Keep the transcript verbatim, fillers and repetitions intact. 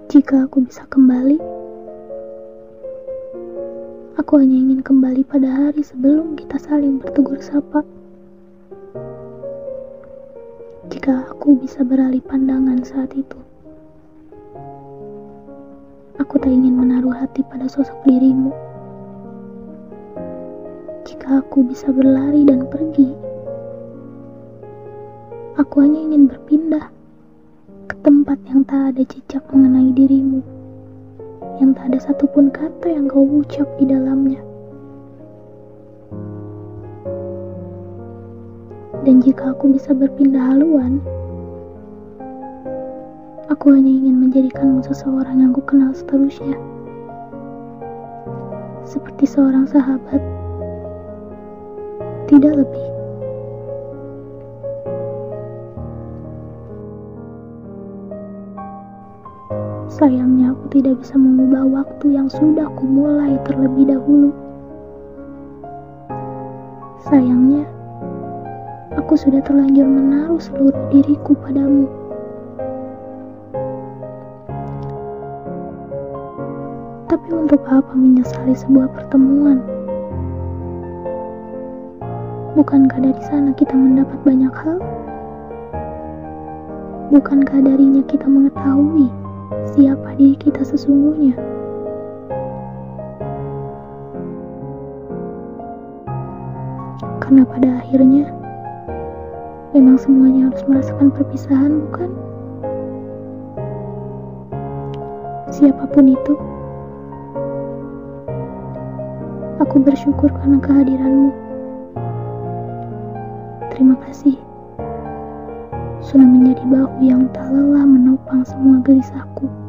Jika aku bisa kembali, aku hanya ingin kembali pada hari sebelum kita saling bertegur sapa. Jika aku bisa beralih pandangan saat itu, aku tak ingin menaruh hati pada sosok dirimu. Jika aku bisa berlari dan pergi, aku hanya ingin berpindah ke tempat yang tak ada jejak mengenai dirimu, yang tak ada satupun kata yang kau ucap di dalamnya. Dan jika aku bisa berpindah haluan, aku hanya ingin menjadikanmu seseorang yang ku kenal seterusnya, seperti seorang sahabat, tidak lebih. Sayangnya aku tidak bisa mengubah waktu yang sudah kumulai terlebih dahulu. Sayangnya, aku sudah terlanjur menaruh seluruh diriku padamu. Tapi untuk apa menyesali sebuah pertemuan? Bukankah dari sana kita mendapat banyak hal? Bukankah darinya kita mengetahui siapa diri kita sesungguhnya? Karena pada akhirnya memang semuanya harus merasakan perpisahan, bukan? Siapapun itu, aku bersyukur karena kehadiranmu. Terima kasih sudah menjadi bahu yang tak lelah menopang semua gelisahku.